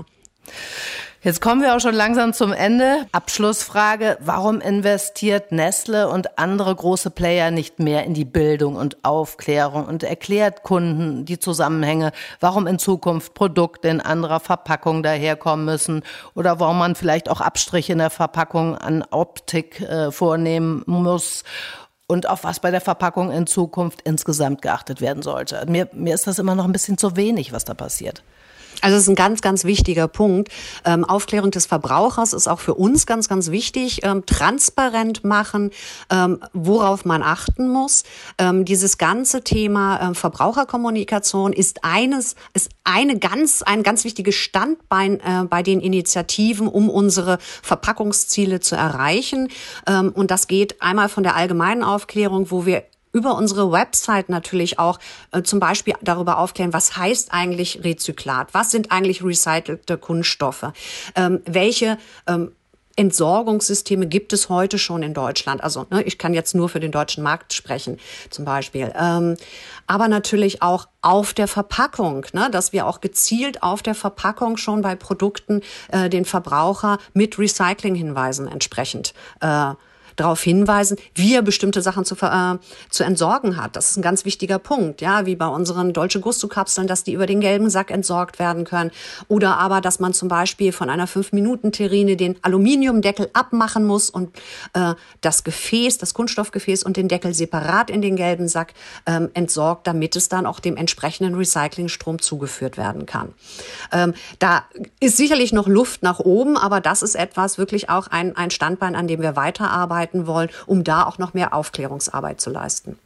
Jetzt kommen wir auch schon langsam zum Ende. Abschlussfrage: Warum investiert Nestle und andere große Player nicht mehr in die Bildung und Aufklärung und erklärt Kunden die Zusammenhänge, warum in Zukunft Produkte in anderer Verpackung daherkommen müssen oder warum man vielleicht auch Abstriche in der Verpackung an Optik äh, vornehmen muss? Und auf was bei der Verpackung in Zukunft insgesamt geachtet werden sollte. Mir, mir ist das immer noch ein bisschen zu wenig, was da passiert. Also es ist ein ganz, ganz wichtiger Punkt. Ähm, Aufklärung des Verbrauchers ist auch für uns ganz, ganz wichtig. Ähm, transparent machen, ähm, worauf man achten muss. Ähm, dieses ganze Thema ähm, Verbraucherkommunikation ist eines, ist eine ganz, ein ganz wichtiges Standbein äh, bei den Initiativen, um unsere Verpackungsziele zu erreichen. Ähm, und das geht einmal von der allgemeinen Aufklärung, wo wir über unsere Website natürlich auch äh, zum Beispiel darüber aufklären, was heißt eigentlich Rezyklat? Was sind eigentlich recycelte Kunststoffe? Ähm, welche ähm, Entsorgungssysteme gibt es heute schon in Deutschland? Also ne, ich kann jetzt nur für den deutschen Markt sprechen zum Beispiel. Ähm, aber natürlich auch auf der Verpackung, ne, dass wir auch gezielt auf der Verpackung schon bei Produkten äh, den Verbraucher mit Recyclinghinweisen entsprechend äh, darauf hinweisen, wie er bestimmte Sachen zu, äh, zu entsorgen hat. Das ist ein ganz wichtiger Punkt, ja, wie bei unseren Dolce Gusto Kapseln, dass die über den gelben Sack entsorgt werden können. Oder aber, dass man zum Beispiel von einer fünf Minuten Terrine den Aluminiumdeckel abmachen muss und äh, das Gefäß, das Kunststoffgefäß und den Deckel separat in den gelben Sack ähm, entsorgt, damit es dann auch dem entsprechenden Recyclingstrom zugeführt werden kann. Ähm, da ist sicherlich noch Luft nach oben, aber das ist etwas, wirklich auch ein, ein Standbein, an dem wir weiterarbeiten wollen, um da auch noch mehr Aufklärungsarbeit zu leisten.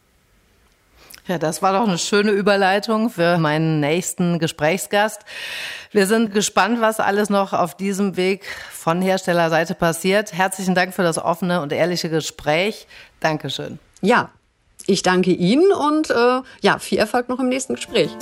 Ja, das war doch eine schöne Überleitung für meinen nächsten Gesprächsgast. Wir sind gespannt, was alles noch auf diesem Weg von Herstellerseite passiert. Herzlichen Dank für das offene und ehrliche Gespräch. Dankeschön. Ja, ich danke Ihnen und äh, ja, viel Erfolg noch im nächsten Gespräch.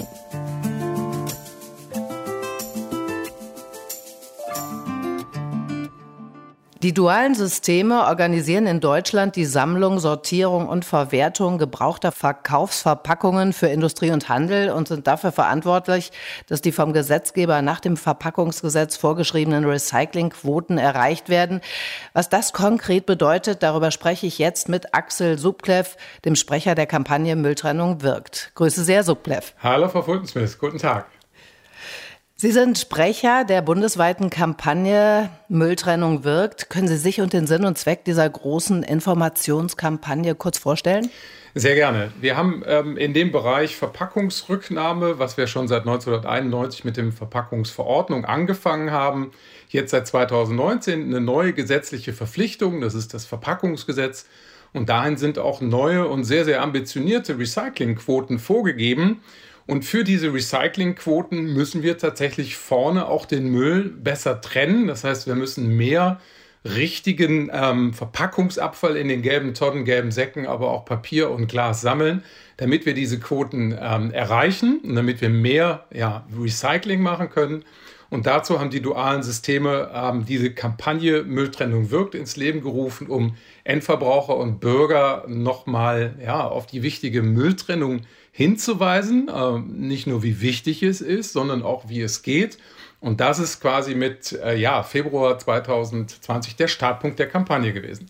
Die dualen Systeme organisieren in Deutschland die Sammlung, Sortierung und Verwertung gebrauchter Verkaufsverpackungen für Industrie und Handel und sind dafür verantwortlich, dass die vom Gesetzgeber nach dem Verpackungsgesetz vorgeschriebenen Recyclingquoten erreicht werden. Was das konkret bedeutet, darüber spreche ich jetzt mit Axel Subklev, dem Sprecher der Kampagne Mülltrennung wirkt. Grüße sehr, Subklev. Hallo, Frau Fultensmith. Guten Tag. Sie sind Sprecher der bundesweiten Kampagne Mülltrennung wirkt. Können Sie sich und den Sinn und Zweck dieser großen Informationskampagne kurz vorstellen? Sehr gerne. Wir haben ähm, in dem Bereich Verpackungsrücknahme, was wir schon seit neunzehnhunderteinundneunzig mit dem Verpackungsverordnung angefangen haben, jetzt seit zweitausendneunzehn eine neue gesetzliche Verpflichtung, das ist das Verpackungsgesetz. Und dahin sind auch neue und sehr, sehr ambitionierte Recyclingquoten vorgegeben. Und für diese Recyclingquoten müssen wir tatsächlich vorne auch den Müll besser trennen. Das heißt, wir müssen mehr richtigen ähm, Verpackungsabfall in den gelben Tonnen, gelben Säcken, aber auch Papier und Glas sammeln, damit wir diese Quoten ähm, erreichen und damit wir mehr ja, Recycling machen können. Und dazu haben die dualen Systeme ähm, diese Kampagne Mülltrennung wirkt ins Leben gerufen, um Endverbraucher und Bürger nochmal ja, auf die wichtige Mülltrennung hinzuweisen. Äh, nicht nur wie wichtig es ist, sondern auch wie es geht. Und das ist quasi mit äh, ja, Februar zweitausendzwanzig der Startpunkt der Kampagne gewesen.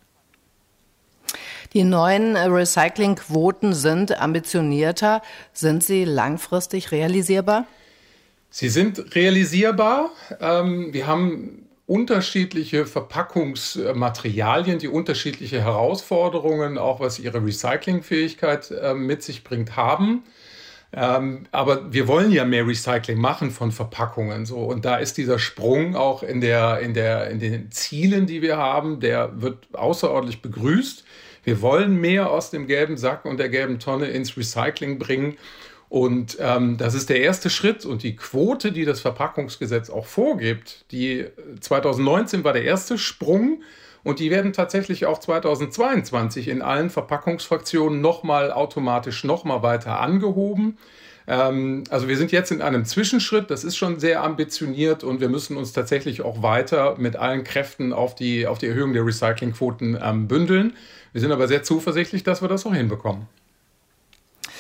Die neuen Recyclingquoten sind ambitionierter. Sind sie langfristig realisierbar? Sie sind realisierbar. Ähm, wir haben unterschiedliche Verpackungsmaterialien, die unterschiedliche Herausforderungen, auch was ihre Recyclingfähigkeit äh, mit sich bringt, haben. Ähm, aber wir wollen ja mehr Recycling machen von Verpackungen. So. Und da ist dieser Sprung auch in, der, in, der, in den Zielen, die wir haben, der wird außerordentlich begrüßt. Wir wollen mehr aus dem gelben Sack und der gelben Tonne ins Recycling bringen. Und ähm, das ist der erste Schritt. Und die Quote, die das Verpackungsgesetz auch vorgibt, die zweitausendneunzehn war der erste Sprung. Und die werden tatsächlich auch zweitausendzweiundzwanzig in allen Verpackungsfraktionen nochmal automatisch nochmal weiter angehoben. Ähm, also wir sind jetzt in einem Zwischenschritt. Das ist schon sehr ambitioniert. Und wir müssen uns tatsächlich auch weiter mit allen Kräften auf die, auf die Erhöhung der Recyclingquoten ähm, bündeln. Wir sind aber sehr zuversichtlich, dass wir das auch hinbekommen.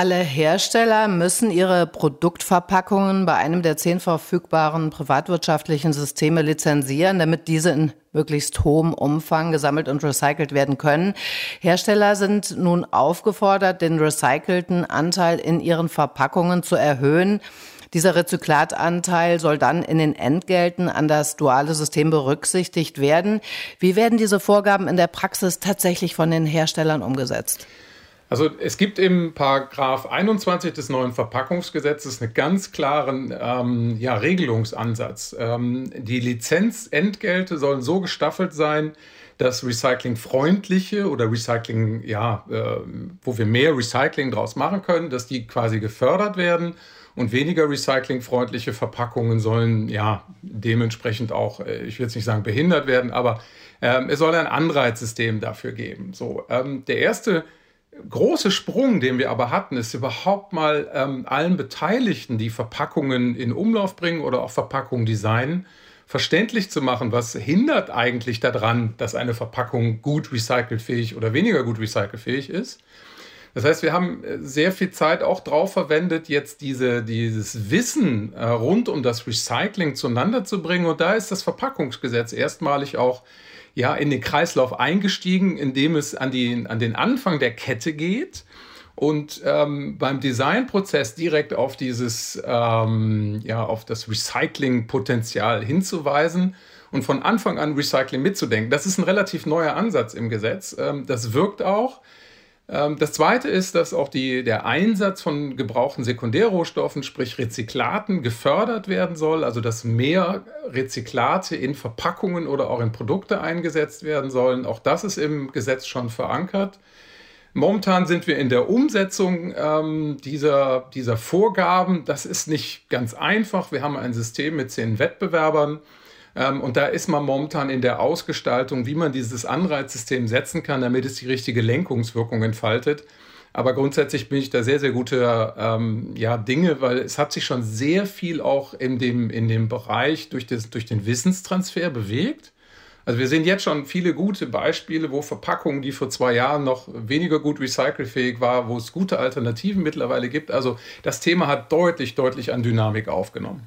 Alle Hersteller müssen ihre Produktverpackungen bei einem der zehn verfügbaren privatwirtschaftlichen Systeme lizenzieren, damit diese in möglichst hohem Umfang gesammelt und recycelt werden können. Hersteller sind nun aufgefordert, den recycelten Anteil in ihren Verpackungen zu erhöhen. Dieser Rezyklatanteil soll dann in den Entgelten an das duale System berücksichtigt werden. Wie werden diese Vorgaben in der Praxis tatsächlich von den Herstellern umgesetzt? Also es gibt im Paragraph einundzwanzig des neuen Verpackungsgesetzes einen ganz klaren ähm, ja, Regelungsansatz. Ähm, die Lizenzentgelte sollen so gestaffelt sein, dass recyclingfreundliche oder Recycling, ja, äh, wo wir mehr Recycling draus machen können, dass die quasi gefördert werden. Und weniger recyclingfreundliche Verpackungen sollen ja dementsprechend auch, ich will jetzt nicht sagen behindert werden, aber ähm, es soll ein Anreizsystem dafür geben. So, ähm, der erste große Sprung, den wir aber hatten, ist überhaupt mal ähm, allen Beteiligten, die Verpackungen in Umlauf bringen oder auch Verpackungen designen, verständlich zu machen, was hindert eigentlich daran, dass eine Verpackung gut recycelfähig oder weniger gut recycelfähig ist. Das heißt, wir haben sehr viel Zeit auch drauf verwendet, jetzt diese, dieses Wissen äh, rund um das Recycling zueinander zu bringen. Und da ist das Verpackungsgesetz erstmalig auch ja, in den Kreislauf eingestiegen, indem es an, die, an den Anfang der Kette geht und ähm, beim Designprozess direkt auf dieses, ähm, ja, auf das Recyclingpotenzial hinzuweisen und von Anfang an Recycling mitzudenken. Das ist ein relativ neuer Ansatz im Gesetz. Ähm, das wirkt auch. Ähm, das Zweite ist, dass auch die, der Einsatz von gebrauchten Sekundärrohstoffen, sprich Rezyklaten, gefördert werden soll. Also dass mehr Rezyklate in Verpackungen oder auch in Produkte eingesetzt werden sollen. Auch das ist im Gesetz schon verankert. Momentan sind wir in der Umsetzung ähm, dieser, dieser Vorgaben. Das ist nicht ganz einfach. Wir haben ein System mit zehn Wettbewerbern. Ähm, und da ist man momentan in der Ausgestaltung, wie man dieses Anreizsystem setzen kann, damit es die richtige Lenkungswirkung entfaltet. Aber grundsätzlich bin ich da sehr, sehr gute ähm, ja, Dinge, weil es hat sich schon sehr viel auch in dem, in dem Bereich durch, das, durch den Wissenstransfer bewegt. Also wir sehen jetzt schon viele gute Beispiele, wo Verpackungen, die vor zwei Jahren noch weniger gut recycelfähig waren, wo es gute Alternativen mittlerweile gibt. Also das Thema hat deutlich, deutlich an Dynamik aufgenommen.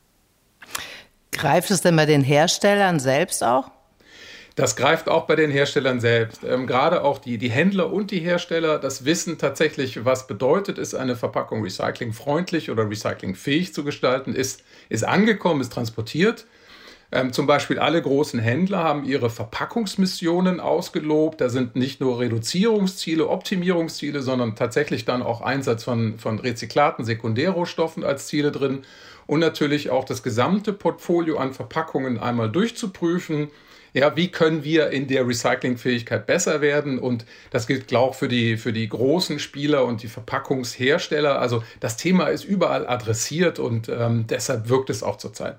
Greift es denn bei den Herstellern selbst auch? Das greift auch bei den Herstellern selbst. Ähm, gerade auch die, die Händler und die Hersteller, das wissen tatsächlich, was bedeutet es, eine Verpackung recyclingfreundlich oder recyclingfähig zu gestalten, ist, ist angekommen, ist transportiert. Ähm, zum Beispiel alle großen Händler haben ihre Verpackungsmissionen ausgelobt. Da sind nicht nur Reduzierungsziele, Optimierungsziele, sondern tatsächlich dann auch Einsatz von, von Rezyklaten, Sekundärrohstoffen als Ziele drin. Und natürlich auch das gesamte Portfolio an Verpackungen einmal durchzuprüfen. Ja, wie können wir in der Recyclingfähigkeit besser werden? Und das gilt auch für die, für die großen Spieler und die Verpackungshersteller. Also das Thema ist überall adressiert und ähm, deshalb wirkt es auch zurzeit.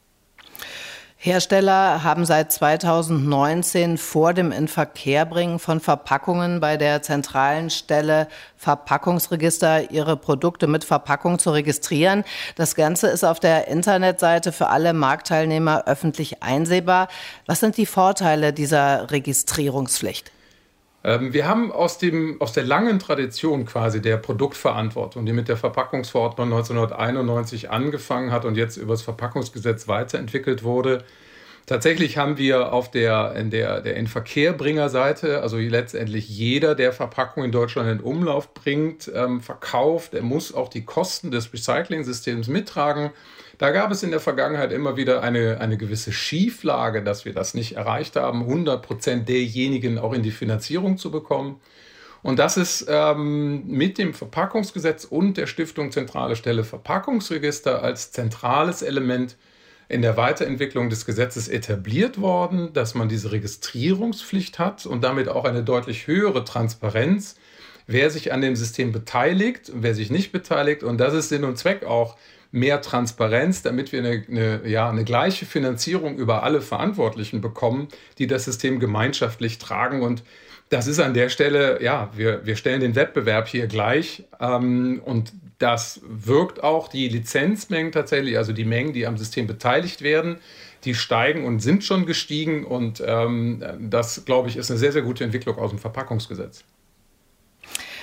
Hersteller haben seit zweitausendneunzehn vor dem Inverkehrbringen von Verpackungen bei der zentralen Stelle Verpackungsregister ihre Produkte mit Verpackung zu registrieren. Das Ganze ist auf der Internetseite für alle Marktteilnehmer öffentlich einsehbar. Was sind die Vorteile dieser Registrierungspflicht? Wir haben aus, dem, aus der langen Tradition quasi der Produktverantwortung, die mit der Verpackungsverordnung neunzehnhunderteinundneunzig angefangen hat und jetzt über das Verpackungsgesetz weiterentwickelt wurde. Tatsächlich haben wir auf der, in der, der Inverkehrbringerseite, also letztendlich jeder, der Verpackung in Deutschland in Umlauf bringt, ähm, verkauft, er muss auch die Kosten des Recycling-Systems mittragen. Da gab es in der Vergangenheit immer wieder eine, eine gewisse Schieflage, dass wir das nicht erreicht haben, hundert Prozent derjenigen auch in die Finanzierung zu bekommen. Und das ist ähm, mit dem Verpackungsgesetz und der Stiftung Zentrale Stelle Verpackungsregister als zentrales Element in der Weiterentwicklung des Gesetzes etabliert worden, dass man diese Registrierungspflicht hat und damit auch eine deutlich höhere Transparenz, wer sich an dem System beteiligt und wer sich nicht beteiligt. Und das ist Sinn und Zweck auch, mehr Transparenz, damit wir eine, eine, ja, eine gleiche Finanzierung über alle Verantwortlichen bekommen, die das System gemeinschaftlich tragen. Und das ist an der Stelle, ja, wir, wir stellen den Wettbewerb hier gleich. Ähm, und das wirkt auch die Lizenzmengen tatsächlich, also die Mengen, die am System beteiligt werden, die steigen und sind schon gestiegen. Und ähm, das, glaube ich, ist eine sehr, sehr gute Entwicklung aus dem Verpackungsgesetz.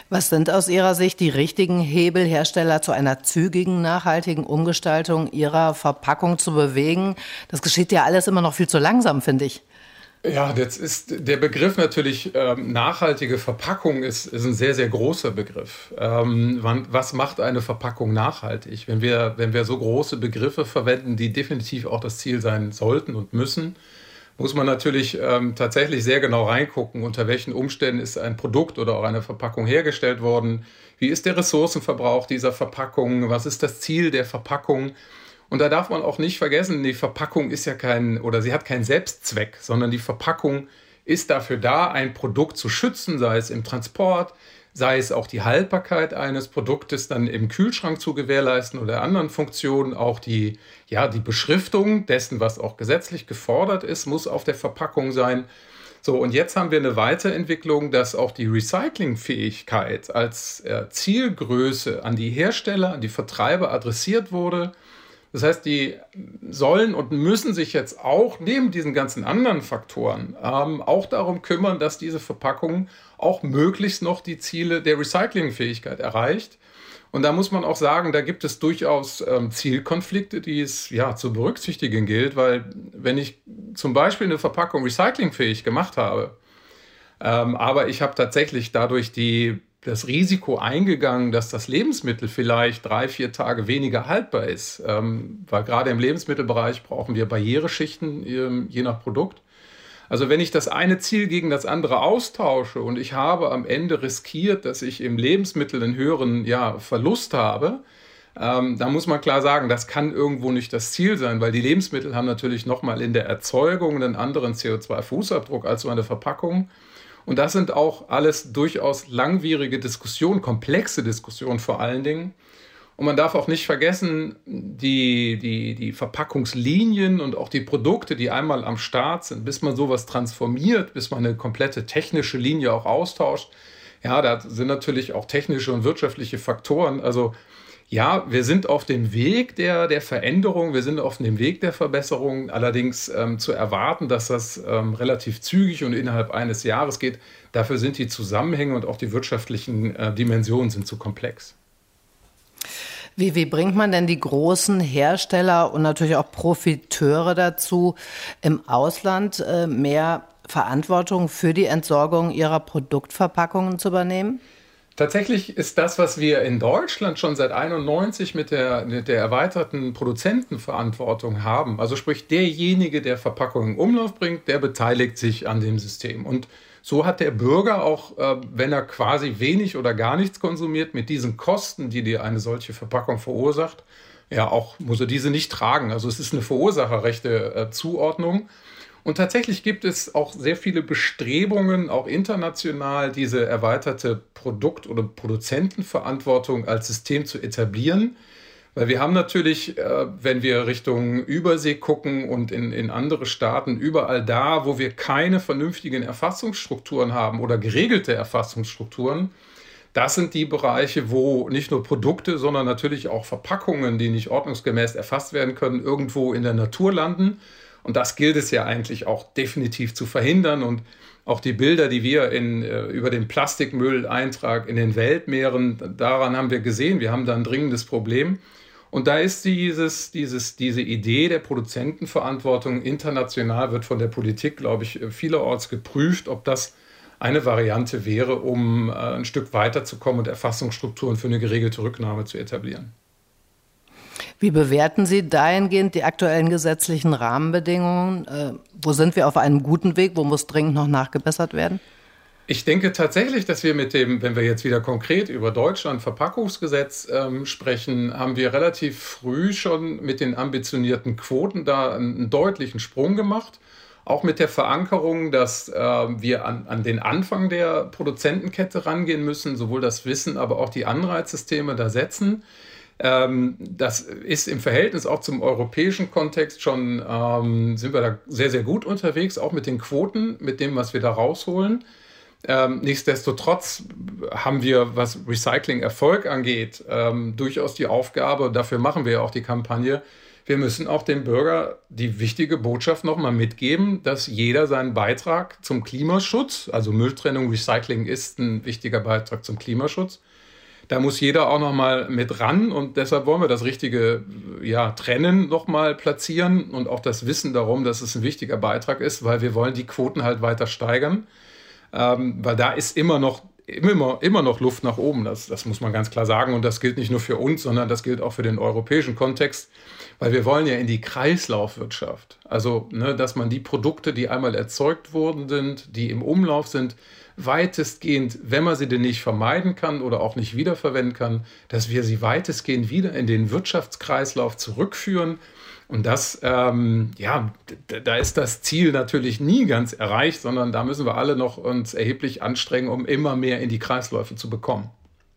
Was sind aus Ihrer Sicht die richtigen Hebel, Hersteller zu einer zügigen, nachhaltigen Umgestaltung ihrer Verpackung zu bewegen? Das geschieht ja alles immer noch viel zu langsam, finde ich. Ja, jetzt ist der Begriff natürlich ähm, nachhaltige Verpackung ist, ist ein sehr, sehr großer Begriff. Ähm, wann, was macht eine Verpackung nachhaltig? Wenn wir, wenn wir so große Begriffe verwenden, die definitiv auch das Ziel sein sollten und müssen, muss man natürlich ähm, tatsächlich sehr genau reingucken, unter welchen Umständen ist ein Produkt oder auch eine Verpackung hergestellt worden, wie ist der Ressourcenverbrauch dieser Verpackung, was ist das Ziel der Verpackung. Und da darf man auch nicht vergessen, die Verpackung ist ja kein, oder sie hat keinen Selbstzweck, sondern die Verpackung ist dafür da, ein Produkt zu schützen, sei es im Transport, sei es auch die Haltbarkeit eines Produktes dann im Kühlschrank zu gewährleisten oder anderen Funktionen. Auch die, ja, die Beschriftung dessen, was auch gesetzlich gefordert ist, muss auf der Verpackung sein. So, und jetzt haben wir eine Weiterentwicklung, dass auch die Recyclingfähigkeit als äh, Zielgröße an die Hersteller, an die Vertreiber adressiert wurde. Das heißt, die sollen und müssen sich jetzt auch neben diesen ganzen anderen Faktoren ähm, auch darum kümmern, dass diese Verpackung auch möglichst noch die Ziele der Recyclingfähigkeit erreicht. Und da muss man auch sagen, da gibt es durchaus ähm, Zielkonflikte, die es ja zu berücksichtigen gilt, weil wenn ich zum Beispiel eine Verpackung recyclingfähig gemacht habe, ähm, aber ich habe tatsächlich dadurch die das Risiko eingegangen, dass das Lebensmittel vielleicht drei, vier Tage weniger haltbar ist. Ähm, weil gerade im Lebensmittelbereich brauchen wir Barriereschichten, ähm, je nach Produkt. Also wenn ich das eine Ziel gegen das andere austausche und ich habe am Ende riskiert, dass ich im Lebensmittel einen höheren ja, Verlust habe, ähm, da muss man klar sagen, das kann irgendwo nicht das Ziel sein, weil die Lebensmittel haben natürlich nochmal in der Erzeugung einen anderen C O zwei Fußabdruck als so eine Verpackung. Und das sind auch alles durchaus langwierige Diskussionen, komplexe Diskussionen vor allen Dingen. Und man darf auch nicht vergessen, die, die, die Verpackungslinien und auch die Produkte, die einmal am Start sind, bis man sowas transformiert, bis man eine komplette technische Linie auch austauscht. Ja, da sind natürlich auch technische und wirtschaftliche Faktoren. Also ja, wir sind auf dem Weg der, der Veränderung, wir sind auf dem Weg der Verbesserung. Allerdings ähm, zu erwarten, dass das ähm, relativ zügig und innerhalb eines Jahres geht, dafür sind die Zusammenhänge und auch die wirtschaftlichen äh, Dimensionen sind zu komplex. Wie, wie bringt man denn die großen Hersteller und natürlich auch Profiteure dazu, im Ausland äh, mehr Verantwortung für die Entsorgung ihrer Produktverpackungen zu übernehmen? Tatsächlich ist das, was wir in Deutschland schon seit einundneunzig mit der, mit der erweiterten Produzentenverantwortung haben, also sprich derjenige, der Verpackungen in Umlauf bringt, der beteiligt sich an dem System. Und so hat der Bürger auch, äh, wenn er quasi wenig oder gar nichts konsumiert, mit diesen Kosten, die dir eine solche Verpackung verursacht, ja auch muss er diese nicht tragen. Also es ist eine verursacherrechte äh, Zuordnung. Und tatsächlich gibt es auch sehr viele Bestrebungen, auch international, diese erweiterte Produkt- oder Produzentenverantwortung als System zu etablieren. Weil wir haben natürlich, äh, wenn wir Richtung Übersee gucken und in, in andere Staaten, überall da, wo wir keine vernünftigen Erfassungsstrukturen haben oder geregelte Erfassungsstrukturen, das sind die Bereiche, wo nicht nur Produkte, sondern natürlich auch Verpackungen, die nicht ordnungsgemäß erfasst werden können, irgendwo in der Natur landen. Und das gilt es ja eigentlich auch definitiv zu verhindern. Und auch die Bilder, die wir in, äh, über den Plastikmülleintrag in den Weltmeeren, daran haben wir gesehen, wir haben da ein dringendes Problem. Und da ist dieses, dieses, diese Idee der Produzentenverantwortung international, wird von der Politik, glaube ich, vielerorts geprüft, ob das eine Variante wäre, um äh, ein Stück weiterzukommen und Erfassungsstrukturen für eine geregelte Rücknahme zu etablieren. Wie bewerten Sie dahingehend die aktuellen gesetzlichen Rahmenbedingungen? Äh, wo sind wir auf einem guten Weg? Wo muss dringend noch nachgebessert werden? Ich denke tatsächlich, dass wir mit dem, wenn wir jetzt wieder konkret über Deutschland Verpackungsgesetz ähm, sprechen, haben wir relativ früh schon mit den ambitionierten Quoten da einen, einen deutlichen Sprung gemacht. Auch mit der Verankerung, dass äh, wir an, an den Anfang der Produzentenkette rangehen müssen, sowohl das Wissen, aber auch die Anreizsysteme da setzen. Ähm, das ist im Verhältnis auch zum europäischen Kontext schon, ähm, sind wir da sehr, sehr gut unterwegs, auch mit den Quoten, mit dem, was wir da rausholen. Ähm, nichtsdestotrotz haben wir, was Recycling-Erfolg angeht, ähm, durchaus die Aufgabe, dafür machen wir ja auch die Kampagne, wir müssen auch dem Bürger die wichtige Botschaft nochmal mitgeben, dass jeder seinen Beitrag zum Klimaschutz, also Mülltrennung, Recycling ist ein wichtiger Beitrag zum Klimaschutz, da muss jeder auch nochmal mit ran und deshalb wollen wir das richtige ja, Trennen nochmal platzieren und auch das Wissen darum, dass es ein wichtiger Beitrag ist, weil wir wollen die Quoten halt weiter steigern, ähm, weil da ist immer noch, immer, immer noch Luft nach oben, das, das muss man ganz klar sagen und das gilt nicht nur für uns, sondern das gilt auch für den europäischen Kontext, weil wir wollen ja in die Kreislaufwirtschaft, also ne, dass man die Produkte, die einmal erzeugt worden sind, die im Umlauf sind, weitestgehend, wenn man sie denn nicht vermeiden kann oder auch nicht wiederverwenden kann, dass wir sie weitestgehend wieder in den Wirtschaftskreislauf zurückführen. Und das, ähm, ja, da ist das Ziel natürlich nie ganz erreicht, sondern da müssen wir alle noch uns erheblich anstrengen, um immer mehr in die Kreisläufe zu bekommen.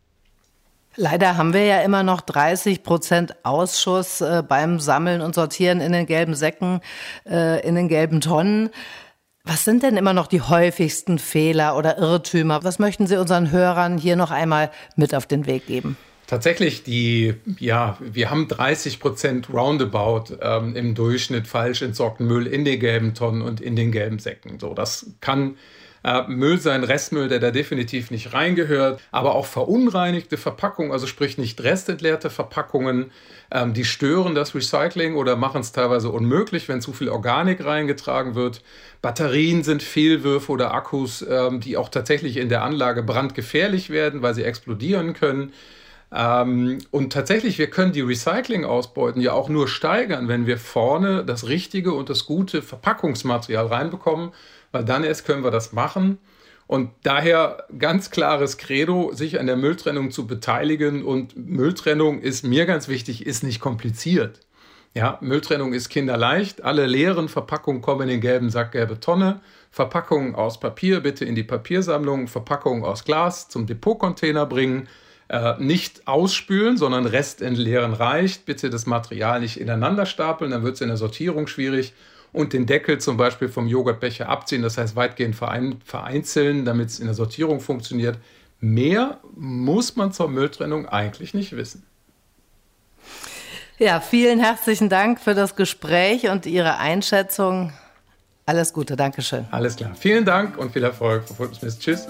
Leider haben wir ja immer noch dreißig Prozent Ausschuss äh, beim Sammeln und Sortieren in den gelben Säcken, äh, in den gelben Tonnen. Was sind denn immer noch die häufigsten Fehler oder Irrtümer? Was möchten Sie unseren Hörern hier noch einmal mit auf den Weg geben? Tatsächlich, die, ja, wir haben dreißig Prozent roundabout ähm, im Durchschnitt falsch entsorgten Müll in den gelben Tonnen und in den gelben Säcken. So, das kann äh, Müll sein, Restmüll, der da definitiv nicht reingehört, aber auch verunreinigte Verpackungen, also sprich nicht restentleerte Verpackungen, ähm, die stören das Recycling oder machen es teilweise unmöglich, wenn zu viel Organik reingetragen wird. Batterien sind Fehlwürfe oder Akkus, ähm, die auch tatsächlich in der Anlage brandgefährlich werden, weil sie explodieren können. Ähm, und tatsächlich, wir können die Recycling-Ausbeuten ja auch nur steigern, wenn wir vorne das richtige und das gute Verpackungsmaterial reinbekommen, weil dann erst können wir das machen. Und daher ganz klares Credo, sich an der Mülltrennung zu beteiligen. Und Mülltrennung ist mir ganz wichtig, ist nicht kompliziert. Ja, Mülltrennung ist kinderleicht. Alle leeren Verpackungen kommen in den gelben Sack, gelbe Tonne. Verpackungen aus Papier bitte in die Papiersammlung. Verpackungen aus Glas zum Depotcontainer bringen. Äh, nicht ausspülen, sondern restentleeren reicht. Bitte das Material nicht ineinander stapeln, dann wird es in der Sortierung schwierig. Und den Deckel zum Beispiel vom Joghurtbecher abziehen, das heißt weitgehend vereinzeln, damit es in der Sortierung funktioniert. Mehr muss man zur Mülltrennung eigentlich nicht wissen. Ja, vielen herzlichen Dank für das Gespräch und Ihre Einschätzung. Alles Gute, Dankeschön. Alles klar. Vielen Dank und viel Erfolg. Frau Fulton-Smith. Tschüss.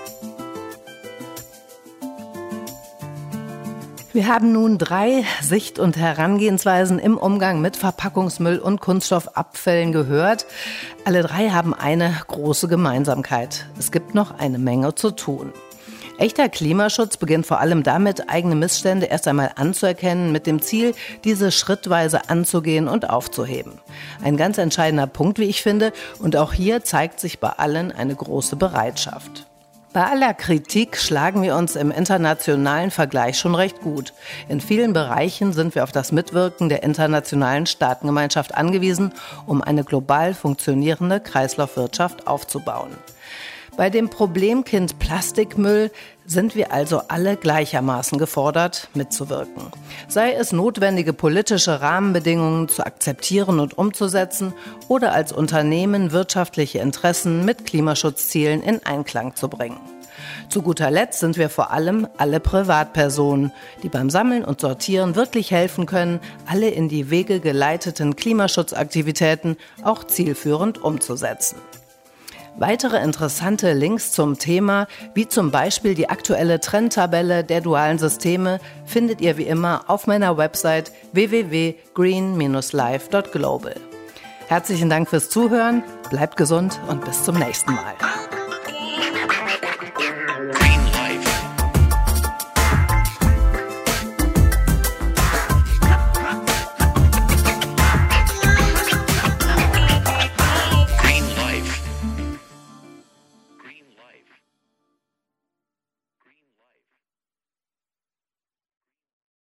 Wir haben nun drei Sicht- und Herangehensweisen im Umgang mit Verpackungsmüll und Kunststoffabfällen gehört. Alle drei haben eine große Gemeinsamkeit. Es gibt noch eine Menge zu tun. Echter Klimaschutz beginnt vor allem damit, eigene Missstände erst einmal anzuerkennen, mit dem Ziel, diese schrittweise anzugehen und aufzuheben. Ein ganz entscheidender Punkt, wie ich finde, und auch hier zeigt sich bei allen eine große Bereitschaft. Bei aller Kritik schlagen wir uns im internationalen Vergleich schon recht gut. In vielen Bereichen sind wir auf das Mitwirken der internationalen Staatengemeinschaft angewiesen, um eine global funktionierende Kreislaufwirtschaft aufzubauen. Bei dem Problemkind Plastikmüll sind wir also alle gleichermaßen gefordert, mitzuwirken. Sei es notwendige politische Rahmenbedingungen zu akzeptieren und umzusetzen oder als Unternehmen wirtschaftliche Interessen mit Klimaschutzzielen in Einklang zu bringen. Zu guter Letzt sind wir vor allem alle Privatpersonen, die beim Sammeln und Sortieren wirklich helfen können, alle in die Wege geleiteten Klimaschutzaktivitäten auch zielführend umzusetzen. Weitere interessante Links zum Thema, wie zum Beispiel die aktuelle Trendtabelle der dualen Systeme, findet ihr wie immer auf meiner Website w w w punkt green dash life punkt global. Herzlichen Dank fürs Zuhören, bleibt gesund und bis zum nächsten Mal.